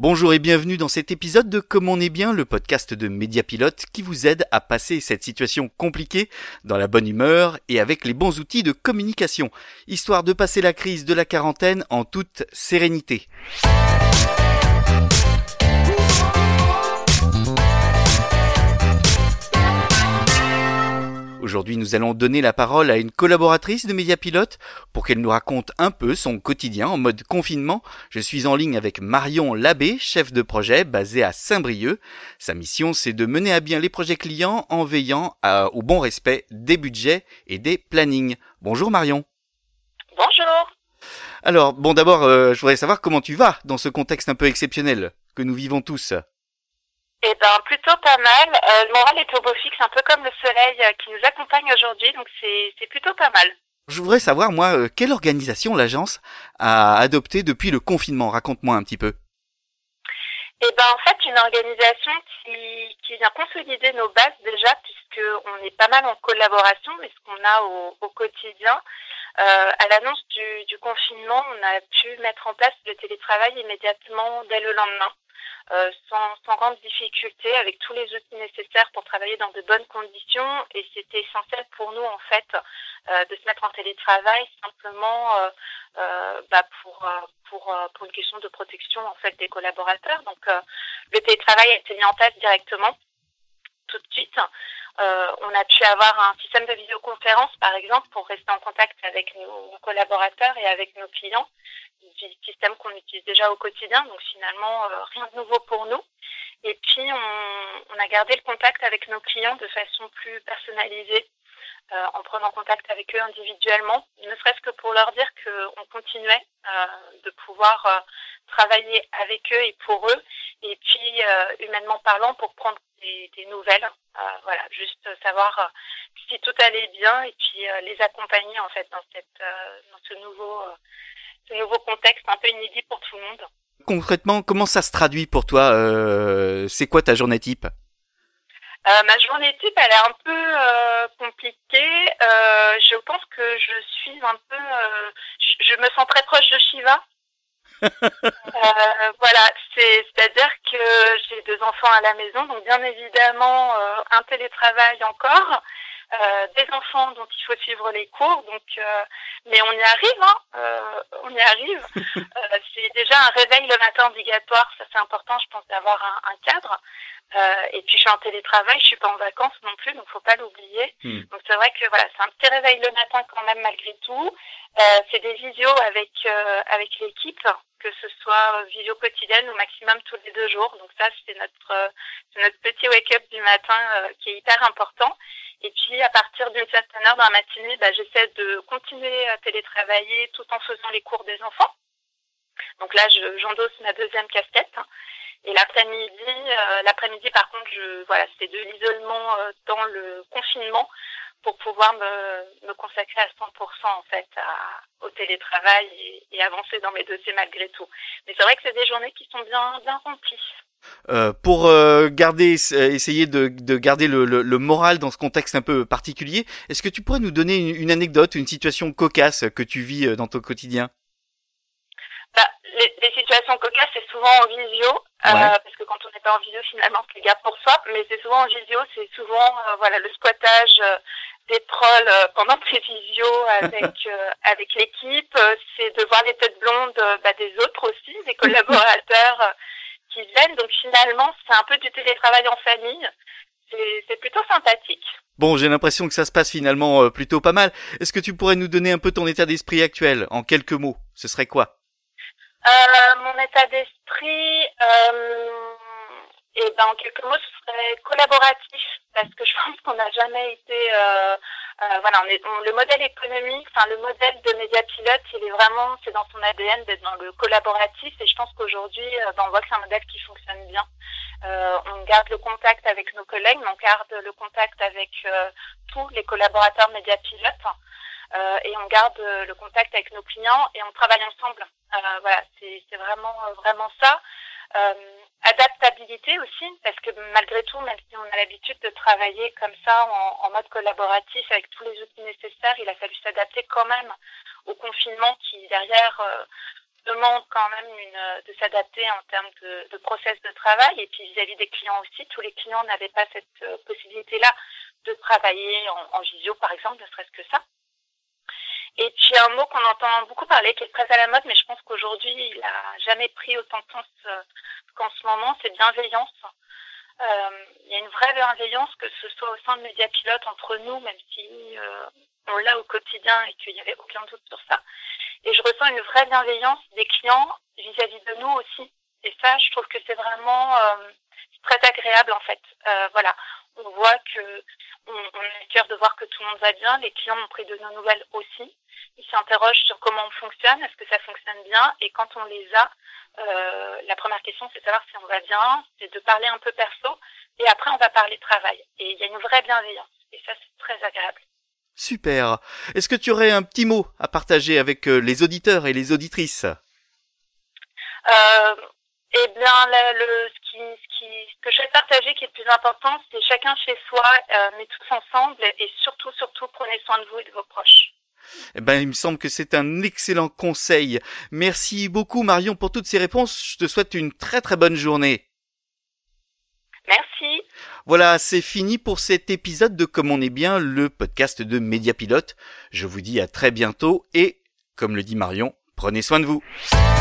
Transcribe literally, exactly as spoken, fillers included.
Bonjour et bienvenue dans cet épisode de Comme on est bien, le podcast de Mediapilote qui vous aide à passer cette situation compliquée dans la bonne humeur et avec les bons outils de communication, histoire de passer la crise de la quarantaine en toute sérénité. Aujourd'hui, nous allons donner la parole à une collaboratrice de Mediapilote pour qu'elle nous raconte un peu son quotidien en mode confinement. Je suis en ligne avec Marion Labbé, chef de projet basé à Saint-Brieuc. Sa mission, c'est de mener à bien les projets clients en veillant à, au bon respect des budgets et des plannings. Bonjour Marion. Bonjour. Alors, bon d'abord, euh, je voudrais savoir comment tu vas dans ce contexte un peu exceptionnel que nous vivons tous. Eh ben plutôt pas mal. Euh, le moral est au beau fixe, un peu comme le soleil euh, qui nous accompagne aujourd'hui, donc c'est c'est plutôt pas mal. Je voudrais savoir, moi, euh, quelle organisation l'agence a adoptée depuis le confinement. Raconte-moi un petit peu. Eh ben en fait une organisation qui qui vient consolider nos bases déjà, puisque on est pas mal en collaboration, mais ce qu'on a au, au quotidien. Euh, à l'annonce du, du confinement, on a pu mettre en place le télétravail immédiatement dès le lendemain. Euh, sans, sans grande difficulté, avec tous les outils nécessaires pour travailler dans de bonnes conditions, et c'était essentiel pour nous en fait euh, de se mettre en télétravail simplement euh, euh, bah, pour euh, pour euh, pour une question de protection en fait des collaborateurs. Donc euh, le télétravail a été mis en place directement tout de suite. Euh, on a pu avoir un système de visioconférence, par exemple, pour rester en contact avec nos, nos collaborateurs et avec nos clients, du système qu'on utilise déjà au quotidien, donc finalement, euh, rien de nouveau pour nous. Et puis, on, on a gardé le contact avec nos clients de façon plus personnalisée, euh, en prenant contact avec eux individuellement, ne serait-ce que pour leur dire qu'on continuait euh, de pouvoir euh, travailler avec eux et pour eux, et puis, euh, humainement parlant, pour prendre des, des nouvelles. Euh, voilà, juste savoir euh, si tout allait bien et puis euh, les accompagner en fait dans cette euh, dans ce nouveau euh, ce nouveau contexte un peu inédit pour tout le monde. Concrètement, comment ça se traduit pour toi euh, C'est quoi ta journée type ? Euh, ma journée type, elle est un peu euh, compliquée. Euh, je pense que je suis un peu, euh, je, je me sens très proche de Shiva. euh, voilà, c'est, c'est-à-dire que j'ai deux enfants à la maison, donc bien évidemment euh, un télétravail encore, euh, des enfants dont il faut suivre les cours, donc euh, mais on y arrive, hein, euh, on y arrive. Euh, c'est déjà un réveil le matin obligatoire, ça c'est important, je pense, d'avoir un, un cadre. Euh, et puis je suis en télétravail, je suis pas en vacances non plus, donc faut pas l'oublier. Hmm. Donc c'est vrai que voilà, c'est un petit réveil le matin quand même malgré tout. Euh, c'est des visios avec euh, avec l'équipe, que ce soit visio quotidienne au maximum tous les deux jours. Donc ça c'est notre euh, c'est notre petit wake-up du matin euh, qui est hyper important. Et puis à partir d'une certaine heure dans la matinée, bah, j'essaie de continuer à télétravailler tout en faisant les cours des enfants. Donc là je, j'endosse ma deuxième casquette. Et l'après-midi, euh, l'après-midi par contre, je voilà, c'est de l'isolement euh, dans le confinement pour pouvoir me, me consacrer à cent pour cent en fait à, au télétravail et, et avancer dans mes dossiers malgré tout. Mais c'est vrai que c'est des journées qui sont bien bien remplies. Euh, pour euh, garder, essayer de, de garder le, le, le moral dans ce contexte un peu particulier, est-ce que tu pourrais nous donner une, une anecdote, une situation cocasse que tu vis dans ton quotidien ? Bah, les, les situations cocasses, c'est souvent en visio, ouais. euh, parce que quand on n'est pas en visio, finalement, on se les garde pour soi, mais c'est souvent en visio, c'est souvent euh, voilà le squattage euh, des trolls euh, pendant ces visios avec euh, avec l'équipe, euh, c'est de voir les têtes blondes euh, bah, des autres aussi, des collaborateurs euh, qui viennent, donc finalement, c'est un peu du télétravail en famille, c'est, c'est plutôt sympathique. Bon, j'ai l'impression que ça se passe finalement euh, plutôt pas mal. Est-ce que tu pourrais nous donner un peu ton état d'esprit actuel, en quelques mots ? Ce serait quoi ? Euh, mon état d'esprit, euh, et ben en quelques mots, ce serait collaboratif, parce que je pense qu'on n'a jamais été, euh, euh, voilà, on est, on, le modèle économique, enfin le modèle de Mediapilote, il est vraiment, c'est dans son A D N d'être dans le collaboratif, et je pense qu'aujourd'hui, euh, ben, on voit que c'est un modèle qui fonctionne bien. Euh, on garde le contact avec nos collègues, mais on garde le contact avec euh, tous les collaborateurs Mediapilote. Euh, et on garde euh, le contact avec nos clients et on travaille ensemble. Euh, voilà, c'est, c'est vraiment euh, vraiment ça. Euh, adaptabilité aussi, parce que malgré tout, même si on a l'habitude de travailler comme ça en, en mode collaboratif avec tous les outils nécessaires, il a fallu s'adapter quand même au confinement qui derrière euh, demande quand même une, de s'adapter en termes de, de process de travail, et puis vis-à-vis des clients aussi. Tous les clients n'avaient pas cette euh, possibilité-là de travailler en, en visio, par exemple, ne serait-ce que ça. Et puis un mot qu'on entend beaucoup parler, qui est très à la mode, mais je pense qu'aujourd'hui, il n'a jamais pris autant de sens euh, qu'en ce moment, c'est bienveillance. Euh, il y a une vraie bienveillance, que ce soit au sein de Mediapilote, entre nous, même si euh, on l'a au quotidien et qu'il n'y avait aucun doute sur ça. Et je ressens une vraie bienveillance des clients vis-à-vis de nous aussi. Et ça, je trouve que c'est vraiment euh, très agréable en fait. Euh, voilà, on voit que on, on a le cœur de voir que tout le monde va bien. Les clients ont pris de nos nouvelles aussi. Ils s'interrogent sur comment on fonctionne, est-ce que ça fonctionne bien. Et quand on les a, euh, la première question, c'est de savoir si on va bien, c'est de parler un peu perso. Et après, on va parler travail. Et il y a une vraie bienveillance. Et ça, c'est très agréable. Super. Est-ce que tu aurais un petit mot à partager avec les auditeurs et les auditrices ? euh, Eh bien, le, le, ce, qui, ce, qui, ce que je vais partager, qui est le plus important, c'est chacun chez soi, euh, mais tous ensemble. Et surtout, surtout, prenez soin de vous et de vos proches. Eh ben, il me semble que c'est un excellent conseil. Merci beaucoup, Marion, pour toutes ces réponses. Je te souhaite une très très bonne journée. Merci. Voilà, c'est fini pour cet épisode de Comme on est bien, le podcast de Mediapilote. Je vous dis à très bientôt et, comme le dit Marion, prenez soin de vous.